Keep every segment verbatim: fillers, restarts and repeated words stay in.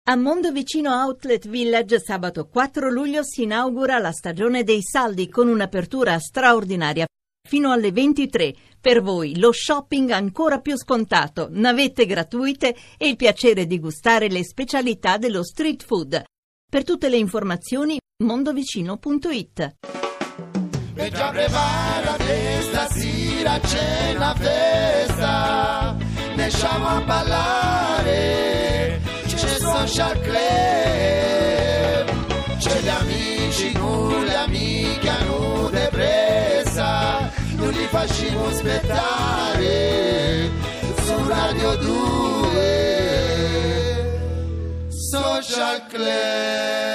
A Mondovicino Outlet Village sabato quattro luglio si inaugura la stagione dei saldi con un'apertura straordinaria fino alle ventitré. Per voi lo shopping ancora più scontato, navette gratuite e il piacere di gustare le specialità dello street food. Per tutte le informazioni mondovicino punto it. E già preparate, stasera c'è una festa, ne usciamo a ballare, c'è Social Club, c'è gli amici con le amiche hanno depressa, non li facciamo aspettare, su Radio due, Social Club.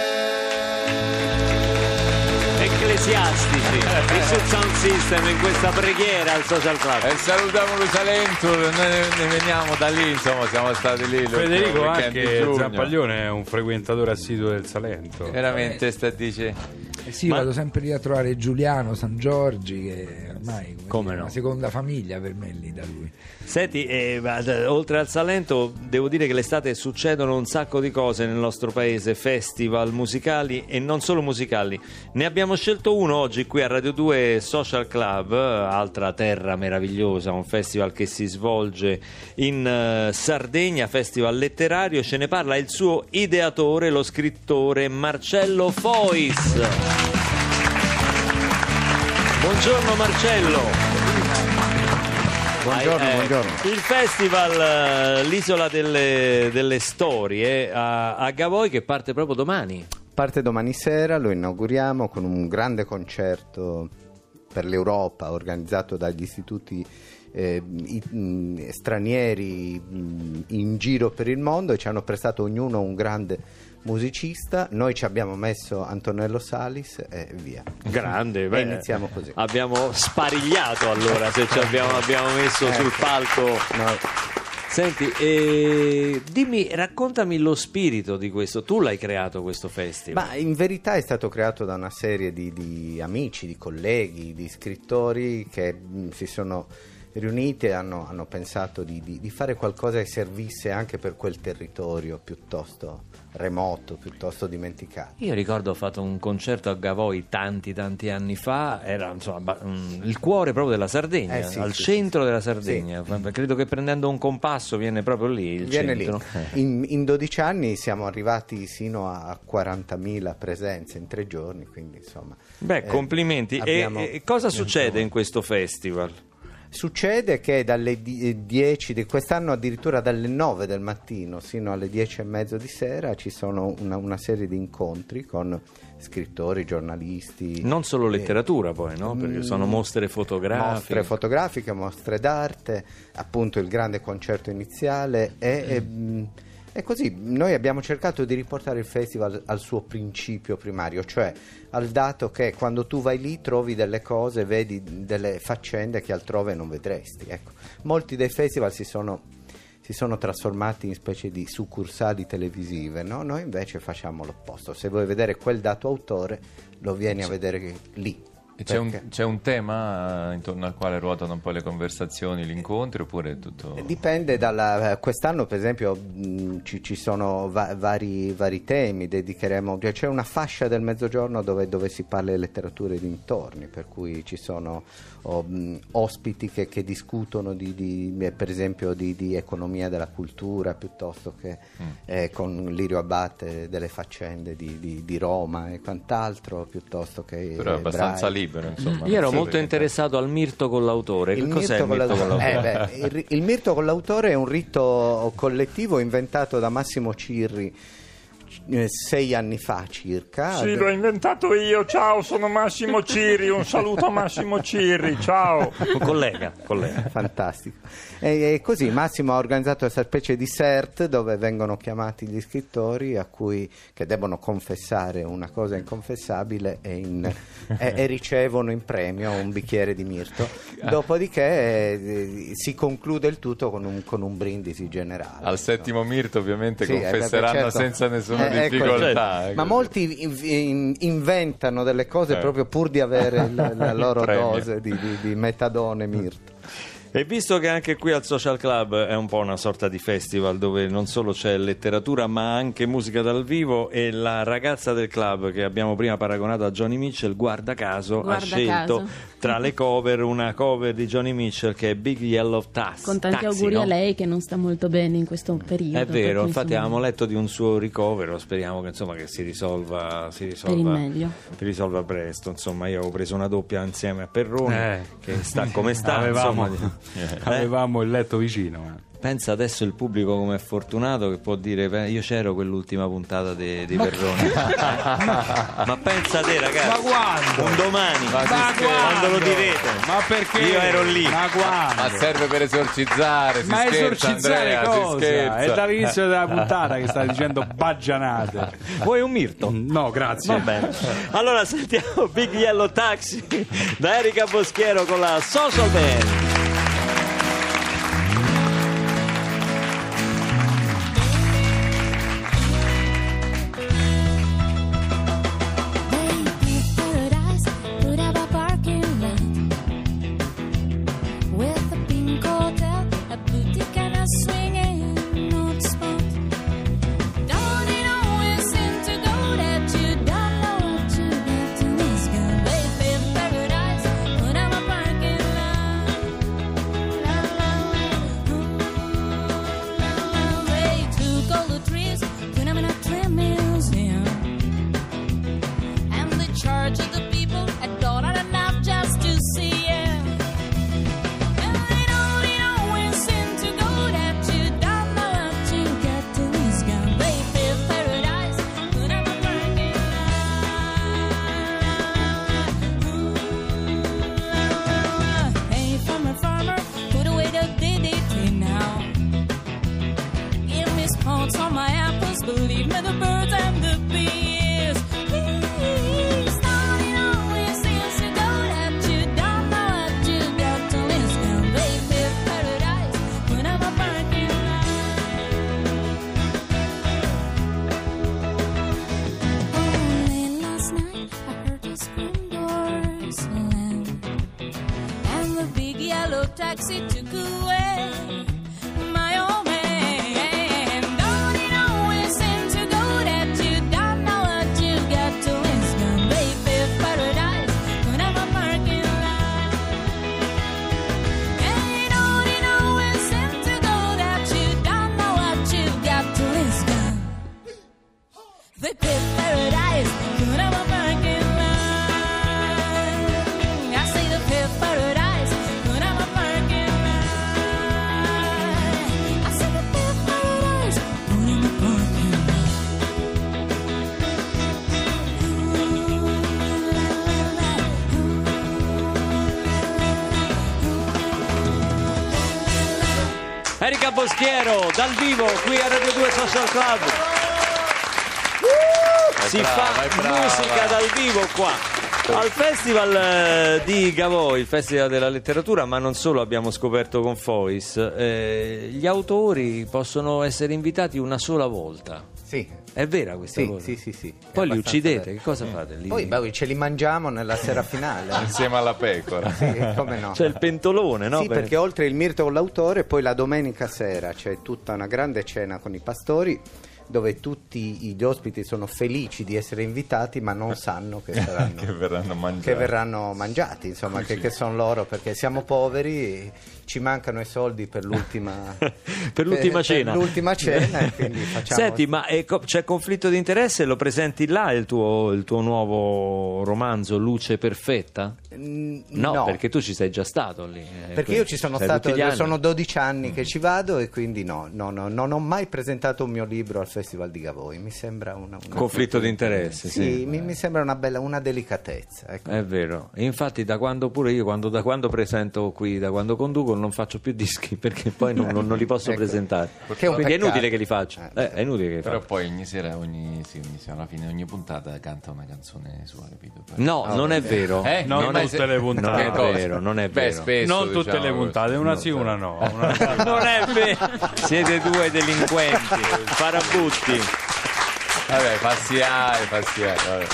Ecclesiastici, il Sound System in questa preghiera al Social Club. E salutiamo lo Salento, noi ne veniamo da lì, insomma, siamo stati lì. Federico anche Zampaglione è un frequentatore assiduo del Salento. Veramente, sta dice. Eh sì, Ma... vado sempre lì a trovare Giuliano San Giorgi, che ormai come come dire, no? una seconda famiglia per me lì da lui. Senti, eh, oltre al Salento devo dire che l'estate succedono un sacco di cose nel nostro paese, festival musicali e non solo musicali. Ne abbiamo scelto uno oggi qui a Radio due Social Club, altra terra meravigliosa, un festival che si svolge in uh, Sardegna, festival letterario. Ce ne parla il suo ideatore, lo scrittore Marcello Fois. Buongiorno Marcello. Buongiorno, eh, buongiorno. Il festival uh, l'Isola delle, delle Storie a, a Gavoi, che parte proprio domani. Parte domani sera, lo inauguriamo con un grande concerto per l'Europa organizzato dagli istituti eh, i, mh, stranieri mh, in giro per il mondo, e ci hanno prestato ognuno un grande musicista. Noi ci abbiamo messo Antonello Salis e via. Grande, beh, e iniziamo così. Abbiamo sparigliato allora se ci abbiamo, abbiamo messo sul palco. No. Senti, eh, dimmi, raccontami lo spirito di questo. Tu l'hai creato questo festival? Ma in verità è stato creato da una serie di, di amici, di colleghi, di scrittori che mh, si sono riuniti e hanno, hanno pensato di, di, di fare qualcosa che servisse anche per quel territorio piuttosto remoto, piuttosto dimenticato. Io ricordo ho fatto un concerto a Gavoi tanti tanti anni fa, era insomma il cuore proprio della Sardegna, eh sì, al sì, centro sì. della Sardegna. Sì. Credo che prendendo un compasso viene proprio lì il Viene centro. Lì. In, in dodici anni siamo arrivati sino a quarantamila presenze in tre giorni, quindi insomma. Beh, eh, complimenti. abbiamo... E, e cosa succede in questo festival? Succede che dalle dieci di quest'anno, addirittura dalle nove del mattino sino alle dieci e mezzo di sera, ci sono una, una serie di incontri con scrittori, giornalisti. Non solo eh, letteratura poi, no? Perché sono mostre fotografiche. Mostre fotografiche, mostre d'arte, appunto il grande concerto iniziale e, e, mh, e così noi abbiamo cercato di riportare il festival al suo principio primario, cioè al dato che quando tu vai lì trovi delle cose, vedi delle faccende che altrove non vedresti. Ecco, molti dei festival si sono, si sono trasformati in specie di succursali televisive, no? Noi invece facciamo l'opposto. Se vuoi vedere quel dato autore, lo vieni a vedere lì. E c'è un, c'è un tema intorno al quale ruotano un po' le conversazioni, gli incontri, oppure è tutto... Dipende dalla... Quest'anno per esempio mh, ci, ci sono va- vari, vari temi, dedicheremo... Cioè, c'è una fascia del mezzogiorno dove, dove si parla di letteratura e dintorni, per cui ci sono oh, mh, ospiti che, che discutono di, di, per esempio di, di economia della cultura, piuttosto che mm. eh, con Lirio Abate delle faccende di, di, di Roma e quant'altro, piuttosto che... Però è abbastanza libero. Insomma, Io ero sì, molto interessato al mirto con l'autore. Che il cos'è mirto il mirto con l'autore? Eh beh, il, il mirto con l'autore è un rito collettivo inventato da Massimo Cirri eh, sei anni fa circa. Sì, l'ho inventato io. Ciao, sono Massimo Cirri. Un saluto a Massimo Cirri. Ciao. Un collega, collega. Fantastico. E, e così Massimo ha organizzato questa specie di C E R T dove vengono chiamati gli scrittori a cui che devono confessare una cosa inconfessabile e, in, e, e ricevono in premio un bicchiere di mirto. Dopodiché eh, si conclude il tutto con un, con un brindisi generale. Al settimo mirto ovviamente sì, confesseranno eh, certo. senza nessuna eh, difficoltà. Ecco, eh, ma molti in, in, inventano delle cose eh. proprio pur di avere la, la loro Premio. dose di, di, di metadone mirto. E visto che anche qui al Social Club è un po' una sorta di festival dove non solo c'è letteratura ma anche musica dal vivo, e la ragazza del club che abbiamo prima paragonato a Johnny Mitchell, guarda caso, Guarda ha scelto caso. tra le cover una cover di Johnny Mitchell che è Big Yellow Tax, Con tanti Taxi, auguri no? a lei che non sta molto bene in questo periodo. È vero, perché, infatti insomma, avevamo letto di un suo ricovero, speriamo che insomma che si risolva, si risolva Per il meglio. si risolva presto. Insomma, io avevo preso una doppia insieme a Perrone, Eh. che sta come sta, avevamo, insomma. Eh? avevamo il letto vicino. eh. Pensa adesso il pubblico come è fortunato che può dire "Beh, io c'ero quell'ultima puntata di, di Perrone". Ma pensa te, ragazzi, Ma quando? un domani, Ma quando lo direte, Ma perché? io ero lì. Ma quando? Ma serve per esorcizzare, si Ma scherza, esorcizzare Andrea, si cosa? scherza. È dall'inizio della puntata che stai dicendo baggianate. Vuoi un mirto? No, grazie. Va bene. Allora sentiamo Big Yellow Taxi da Erika Boschiero con la Social Band. On my apples, believe me, the birds and the bees. Please, don't it always seems to go that you don't know what you got to miss now, baby, paradise, when I'm a parking lot. Oh, late last night, I heard a screen door slam, and the big yellow taxi took away my old man. The pit paradise, when I'm a parking lot. I say the pit paradise, when I'm a parking lot. I say the pit paradise, when I'm a parking lot. Erika Boschiero dal vivo qui a Radio due Social Club. Si brava, fa è brava. musica dal vivo qua al festival eh, di Gavò, il festival della letteratura, ma non solo. Abbiamo scoperto con Fois eh, gli autori possono essere invitati una sola volta. Sì. È vera questa Sì, cosa? sì, sì, sì. È Poi li abbastanza uccidete, vero. che cosa fate? Li... Poi beh, ce li mangiamo nella sera finale. Insieme alla pecora. Sì, come no? C'è il pentolone, no? Sì, Per- perché oltre il mirto con l'autore, poi la domenica sera c'è tutta una grande cena con i pastori, dove tutti gli ospiti sono felici di essere invitati, ma non sanno che saranno che verranno mangiati. che verranno mangiati, insomma, che, che sono loro, perché siamo poveri, ci mancano i soldi per l'ultima per l'ultima per- cena. per l'ultima cena e quindi facciamo. Senti, ma è co- c'è conflitto di interesse? Lo presenti là il tuo, il tuo nuovo romanzo Luce Perfetta? Mm, No, no. perché tu ci sei già stato lì. eh, Perché io ci sono sei stato, tutti gli anni. sono dodici anni che ci vado e quindi no, no, no, non ho mai presentato un mio libro al Festival di Gavoi. Mi sembra una, una Conflitto di interesse, Sì, sì. mi, mi sembra una bella, una delicatezza. Ecco. È vero, e infatti da quando pure io, quando, da quando presento qui, da quando conduco, non faccio più dischi perché poi non, non- non li posso Ecco. presentare. Che è un Quindi è peccato. inutile che li faccia. Eh, Eh, è inutile che li Però faccia. poi ogni sera, ogni, sì, ogni sera, alla fine, ogni puntata canta una canzone sua, capito? Poi- No, non è vero. Eh? Non non, tutte è, le puntate. non è Che cosa? vero, non è Beh, vero. spesso, Non tutte diciamo, le puntate, una sì, una no. Una- Non è vero. Siete due delinquenti, farabutti. Vabbè, passiare, passiare, vabbè.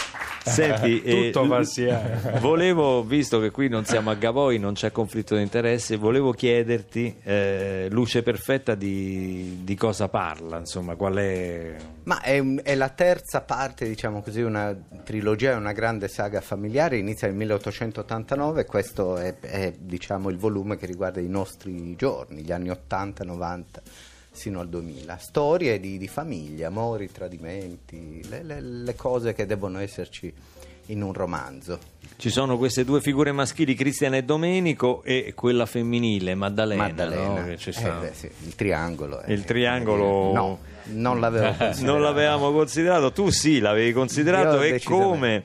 Senti, Tutto eh, va assieme. volevo, visto che qui non siamo a Gavoi, non c'è conflitto di interesse, volevo chiederti, eh, Luce Perfetta, di, di cosa parla, insomma, qual è... Ma è, un- è la terza parte, diciamo così, una trilogia, una grande saga familiare, inizia nel milleottocentottantanove, questo è, è, diciamo il volume che riguarda i nostri giorni, gli anni ottanta novanta sino al duemila. Storie di, di famiglia, amori, tradimenti, le, le- le cose che devono esserci in un romanzo. Ci sono queste due figure maschili, Cristian e Domenico, e quella femminile, Maddalena. Maddalena, no? Che ci eh, sta. beh, sì, il triangolo. è- Il triangolo- No, non l'avevo considerato. Non l'avevamo considerato, tu sì l'avevi considerato, Io e decisamente. come?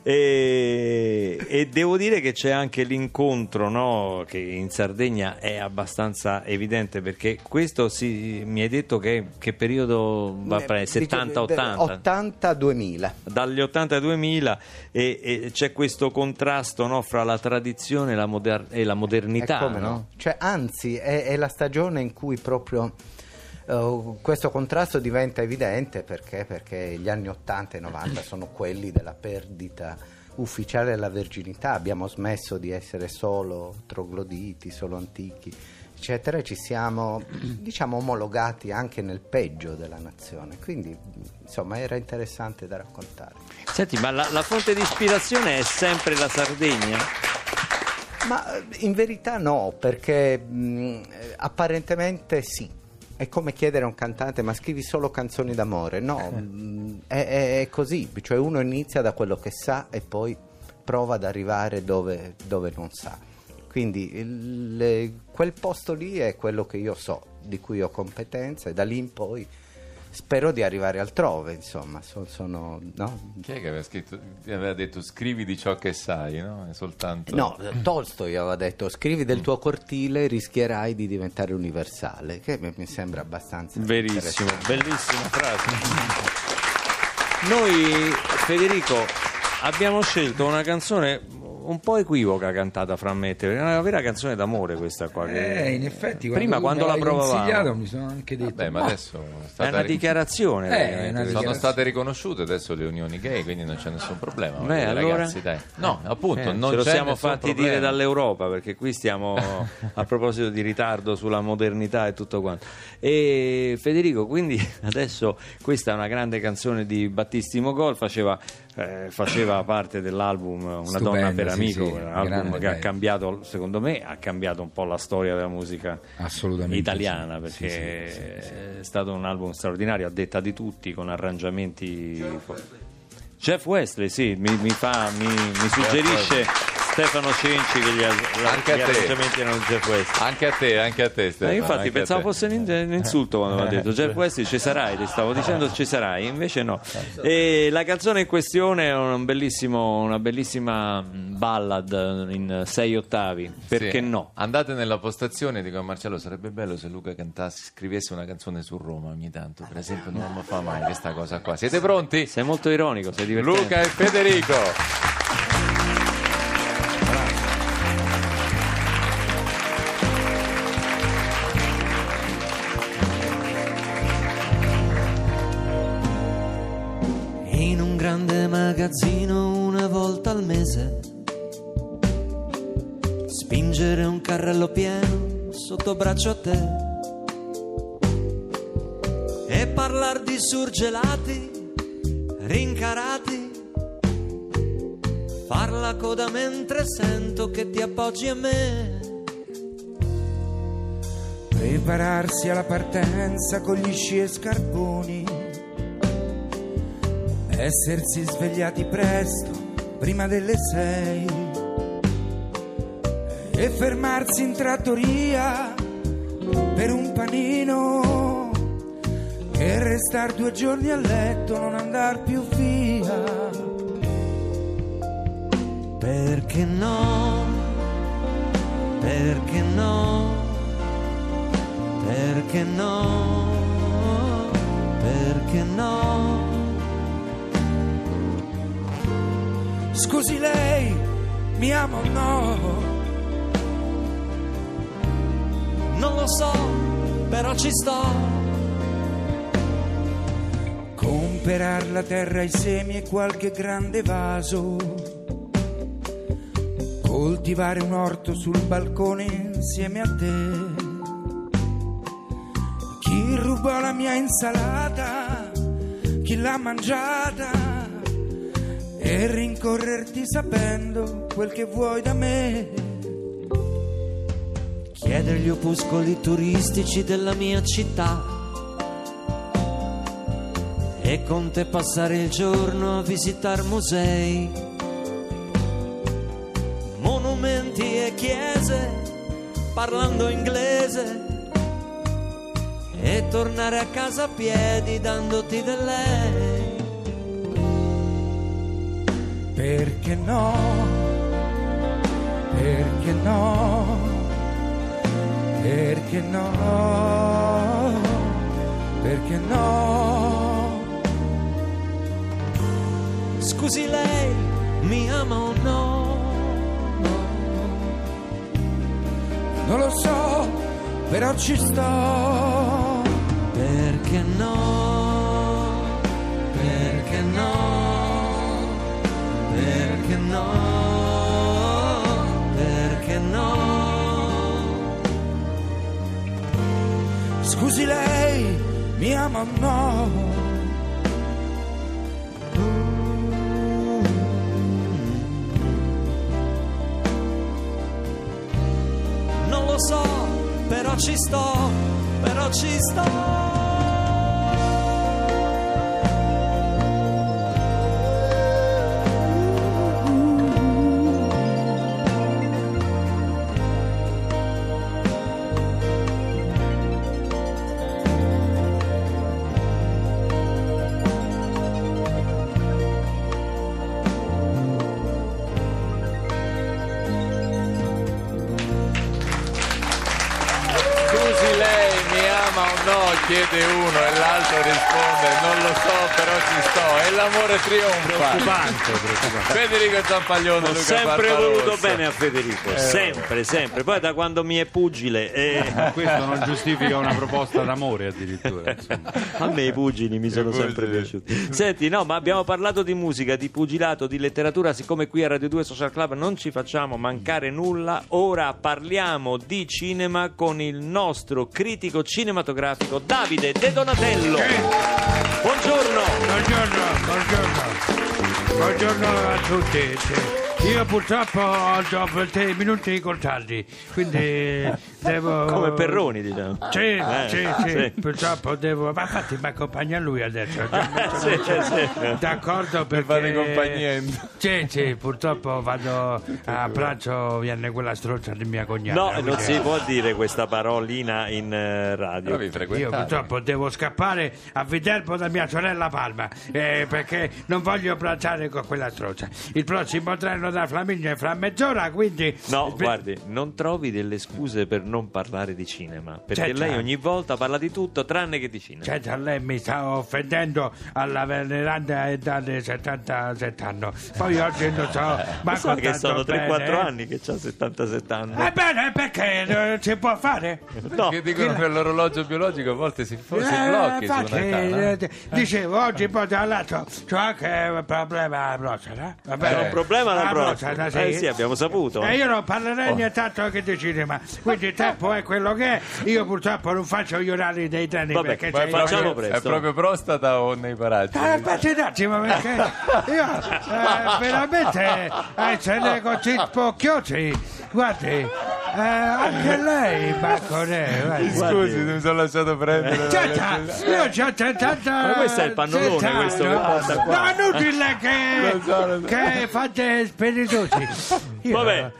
E, e devo dire che c'è anche l'incontro, no, che in Sardegna è abbastanza evidente, perché questo si, mi hai detto che, che periodo va a prendere? settanta ottanta? ottanta duemila. Dagli ottanta ai duemila, e, e c'è questo contrasto, no, fra la tradizione e la, moder- e la modernità, Eh, come no? no? Cioè, anzi, è, è la stagione in cui proprio uh, questo contrasto diventa evidente, perché? Perché gli anni ottanta e novanta sono quelli della perdita ufficiale della verginità. Abbiamo smesso di essere solo trogloditi, solo antichi, eccetera, e ci siamo, diciamo, omologati anche nel peggio della nazione. Quindi, insomma, era interessante da raccontare. Senti, ma la, la fonte di ispirazione è sempre la Sardegna? Ma eh, in verità no, perché mh, eh, apparentemente sì. È come chiedere a un cantante: ma scrivi solo canzoni d'amore? No, mh, è, è- è così, cioè uno inizia da quello che sa e poi prova ad arrivare dove, dove non sa. Quindi il- le- quel posto lì è quello che io so, di cui ho competenza, e da lì in poi spero di arrivare altrove, insomma. So- sono, no? Chi è che aveva scritto, aveva detto scrivi di ciò che sai, no? È soltanto... No, Tolstoi aveva detto: scrivi del tuo cortile, rischierai di diventare universale, che mi mi sembra abbastanza Verissimo, interessante. bellissima frase. Noi, Federico, abbiamo scelto una canzone un po' equivoca cantata fra me e te, perché è una vera canzone d'amore questa qua. Che... Eh, in effetti, prima quando quando, tu me la l'hai provavamo, consigliato mi sono anche detto: Beh, ma "Ma adesso è è stata una ri- dichiarazione. Eh, praticamente. è una sono dichiarazione. state riconosciute adesso le unioni gay, quindi non c'è nessun problema. Beh, Voglio, allora? ragazzi, dai. No, appunto, Eh, non ce lo c'è siamo nessun fatti problema. dire dall'Europa, perché qui stiamo a proposito di ritardo sulla modernità e tutto quanto. E Federico, quindi adesso questa è una grande canzone di Battisti Mogol, faceva, eh, faceva parte dell'album Una Stupendo, donna per sì, amico, sì, un album grande che ha pezzo. cambiato, secondo me ha cambiato un po' la storia della musica Assolutamente italiana, sì. perché Sì, sì, sì, sì, sì. è stato un album straordinario, a detta di tutti, con arrangiamenti. Jeff Wesley, sì, mi, mi fa, mi, mi suggerisce Stefano Cenci che gli, Anche a gli te. arrangiamenti erano Jeff Wesley. Anche a te, anche a te, Stefano. Eh, infatti anche a pensavo te. fosse un, in- un insulto quando mi ha detto Jeff Wesley ci sarai, ti stavo dicendo ci sarai, invece no. E la canzone in questione è un bellissimo, una bellissima mh, ballad in sei ottavi, perché Sì. no? Andate nella postazione e dico a Marcello: sarebbe bello se Luca cantasse, scrivesse una canzone su Roma ogni tanto, per esempio. Non lo fa mai questa cosa qua. Siete pronti? Sei molto ironico, sei divertente. Luca e Federico. In un grande magazzino una volta al mese, spingere un carrello pieno sotto braccio a te e parlar di surgelati rincarati, far la coda mentre sento che ti appoggi a me. Prepararsi alla partenza con gli sci e scarponi, essersi svegliati presto, prima delle sei, e fermarsi in trattoria per un panino, e restar due giorni a letto, non andar più via. Perché no? Perché no? Perché no? Perché no? Scusi, lei mi ama o no? Non lo so, però ci sto. Con Recuperar la terra, i semi e qualche grande vaso, coltivare un orto sul balcone insieme a te. Chi rubò la mia insalata, chi l'ha mangiata, e rincorrerti sapendo quel che vuoi da me. Chiedere gli opuscoli turistici della mia città e con te passare il giorno a visitar musei, monumenti e chiese, parlando inglese, e tornare a casa a piedi dandoti del lei. Perché no? Perché no? Perché no? Perché no? Scusi, lei mi ama o no? Non lo so, però ci sto. Perché no? Perché no? Perché no? Perché no? Scusi, lei mi ama o no? Non lo so, però ci sto, però ci sto. Scusi, lei mi ama o no? Chiede uno e l'altro risponde non lo so, però ci sto, e l'amore trionfa. Preoccupante, preoccupante. Federico Zampaglione, Ho Luca sempre Barbarossa. voluto bene a Federico, Eh. sempre, sempre. Poi da quando mi è pugile, eh, Questo non giustifica una proposta d'amore addirittura, insomma. a me i pugili mi sono pugili. sempre piaciuti. Senti, no, ma abbiamo parlato di musica, di pugilato, di letteratura. Siccome qui a Radio due Social Club non ci facciamo mancare nulla, ora parliamo di cinema con il nostro critico cinematografico Davide De Donatello. Buongiorno. Buongiorno, buongiorno. Buongiorno a tutti. Sì. Io purtroppo ho tre minuti contanti, quindi devo... Come Perroni, diciamo. Sì, Eh, sì, sì, sì. purtroppo devo... Ma infatti mi accompagna lui adesso. Sì, sì. D'accordo, perché... fate compagnia. Sì, sì, purtroppo vado a pranzo, viene quella strozza di mia cognata. No, non quindi- si può dire questa parolina in eh, radio. Ma vi Io frequentate? purtroppo devo scappare a Viterbo da mia sorella Palma, eh, perché non voglio pranzare con quella strozza. Il prossimo treno da Flaminio è fra mezz'ora, quindi... No, Beh, guardi, non trovi delle scuse per non parlare di cinema, perché Certo. lei ogni volta parla di tutto tranne che di cinema. Certo, lei mi sta offendendo alla veneranda età di settantasette anni. Poi oggi non so, ma Sa che sono tre quattro eh. anni che ha settantasette anni. Ebbene, perché non si può fare? No, Che dicono che l'orologio biologico a volte si, si Eh, blocchi su infatti, un'età, no? eh, dicevo, oggi poi tra l'altro c'ho anche un problema alla prostata. Va bene? C'è un problema alla Alla prostata, sì. eh sì, abbiamo saputo. E io non parlerei nient'altro che di cinema, quindi il tempo è quello che è. Io purtroppo non faccio gli orari dei treni Vabbè, perché Ma c'è è il- facciamo proprio, presto. è proprio prostata o nei paraggi? Ah, aspetta un attimo, perché io eh, veramente eh, se ne così spocchiosi, guardi, eh, anche lei, Bacconè, guardi. Scusi, mi sono lasciato prendere. Certo, io c'ho settanta. Ma questo è il pannolone, settanta questo che anni. porta qua. No, è inutile che, Lo so, lo so. che fate spiritosi. Io- Vabbè, no,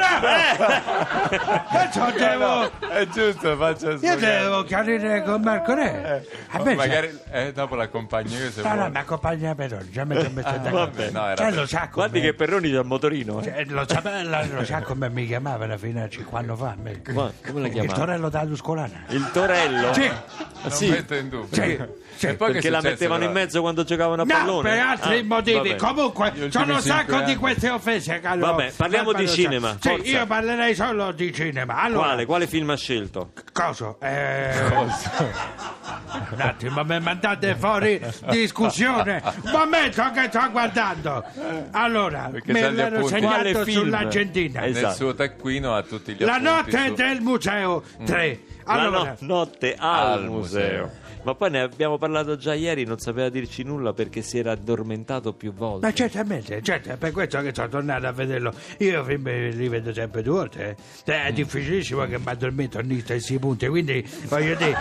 senta. no, no. Io devo. È giusto, faccia Io sfogare. devo chiarire con Marco Re. A me Magari eh, dopo l'accompagno io se No, no, vuole. mi accompagna Peroni, già mi sono messo d'accordo. vabbè. No, era Cioè, per- lo sa come... Guardi che Perroni c'ha il motorino. Eh. Cioè, lo, sa, lo, lo sa come mi chiamavano fino a cinque anni fa. me. Ma come la Il chiamava? torello da Tuscolana. Il Torello? Sì, non sì. metto in dubbio. sì, sì. E poi che Perché è la successo, mettevano in però? mezzo quando giocavano a No, pallone? per altri Ah, motivi. vabbè. Comunque, Gli ultimi sono un cinque sacco di anni. queste offese, caro. Vabbè, parliamo di Barbarossa. cinema, Sì, forza. io parlerei solo di cinema. Allora, Quale? Quale film ha scelto? Coso? Eh, un attimo, mi mandate fuori discussione. Un momento che sto guardando. Allora, Perché me sa gli l'ero appunti. segnato Quale film? sull'agentina. Esatto. Nel suo taccuino ha tutti gli La appunti notte su- del museo tre. La Allora, no- notte al, Al museo. museo. Ma poi ne abbiamo parlato già ieri, non sapeva dirci nulla perché si era addormentato più volte. ma certamente, certo, è per questo che sono tornato a vederlo. Io i film li vedo sempre due volte. eh. È difficilissimo che mi addormento ogni stessi punti, quindi voglio dire.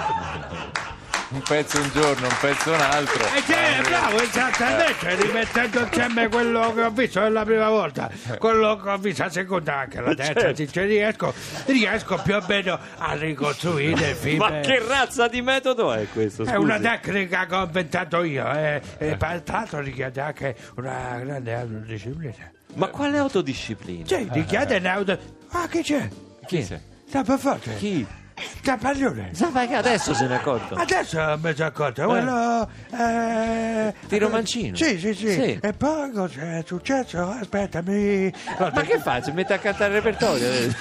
un pezzo un giorno, un pezzo un altro. E che, bravo, esattamente, rimettendo insieme quello che ho visto la prima volta, quello che ho visto la seconda, anche la terza, Certo. se ci riesco, riesco più o meno a ricostruire il film. Ma che razza di metodo è questo? È scusi? una tecnica che ho inventato io, eh, e tra l'altro richiede anche una grande autodisciplina. Ma quale autodisciplina? Sì, richiede un'auto... Ah, che c'è? Chi? Sta per forte. Chi? Campaglione. Sa che adesso se ne è accorto. Adesso mi sono accorto, quello... Eh, Tiro mancino? Sì, sì, sì, Sì. E poi cosa è successo? Aspettami... Ma che fa? Si mette a cantare il repertorio? Eh,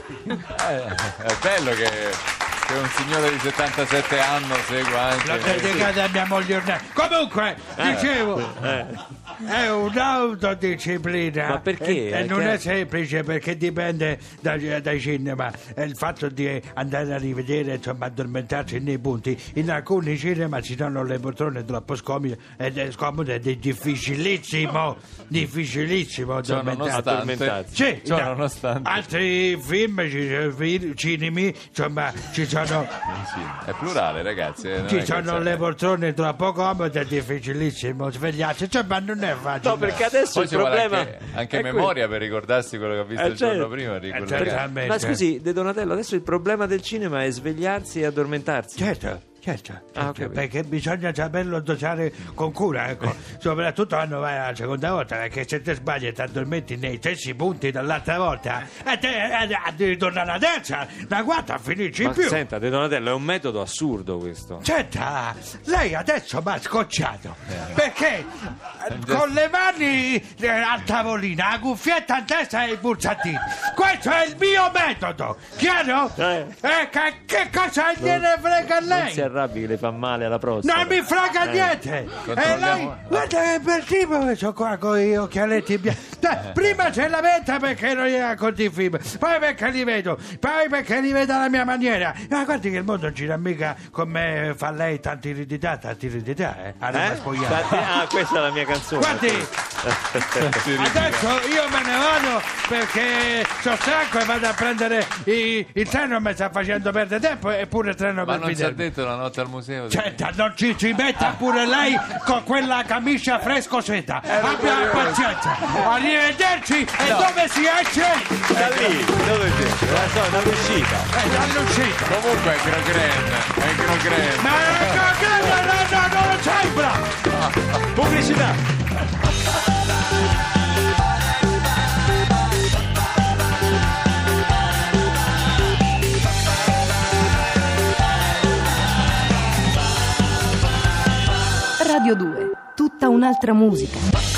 è bello che, che un signore di settantasette anni segua anche. La dedicata a mia moglie ormai. Comunque, dicevo, è un'autodisciplina. Ma perché? E, e non Che- è semplice perché dipende dai, dai cinema. È il fatto di andare a rivedere, insomma, addormentarsi nei punti. In alcuni cinema ci sono le poltrone troppo scomode ed è scomode ed è difficilissimo, difficilissimo Ciò addormentarsi. nonostante, Sì, ciò no, nonostante. altri film, ci- fi- cinemi, insomma, ci sono... Sì, è plurale, ragazzi. eh, non è Ci che sono c'è- le poltrone troppo comode, è difficilissimo svegliarsi, cioè, ma non è facile. No, perché adesso Poi il ci vuole problema anche, anche è memoria per ricordarsi quello che ha visto Eh, il giorno certo. prima. Eh, ricordare- certamente. Ma scusi, De Donatello, adesso il problema del cinema è svegliarsi e addormentarsi. Certo, certo, Ah, ho certo, capito. perché bisogna saperlo dosare con cura, ecco. Soprattutto quando vai la seconda volta, perché se te sbagli e ti addormenti nei stessi punti dall'altra volta, e te eh, devi tornare alla terza, la quarta finisci in Ma più. senta, De Donatello, è un metodo assurdo questo. Senta, lei adesso mi ha scocciato perché eh, con le mani eh, al tavolino, la cuffietta in testa e i pulsantini. Questo è il mio metodo, chiaro? Eh. Eh, che, che cosa gliene frega a Non lei? si arrabbi che le fa male alla prostata. Non mi frega Eh. niente! E Controlliamo- lei, guarda che bel tipo che sono qua con gli occhialetti bianchi. Dai, prima c'è la lamenta perché non gli racconti i film, poi perché li vedo, poi perché li vedo alla mia maniera. Ma guardi che il mondo non gira mica come fa lei, tanti eredità, tanti eredità, eh? Arriva Eh? spogliata. Tanti- Ah, questa è la mia canzone. Guardi, adesso io me ne vado perché sono stanco e vado a prendere i- il treno, mi sta facendo perdere tempo, eppure il treno Ma per non ci ha vedermi. detto la notte al museo? Senta, non ci, ci metta pure lei con quella camicia fresco seta. Abbia pazienza. Arrivederci. E dove si esce? Da lì, dove siete? La so, dall'uscita. Eh, dall'uscita. Comunque è Grogren, è Grogren. Ma no, no, no, no, non sembra. Pubblicità. Radio due, tutta un'altra musica.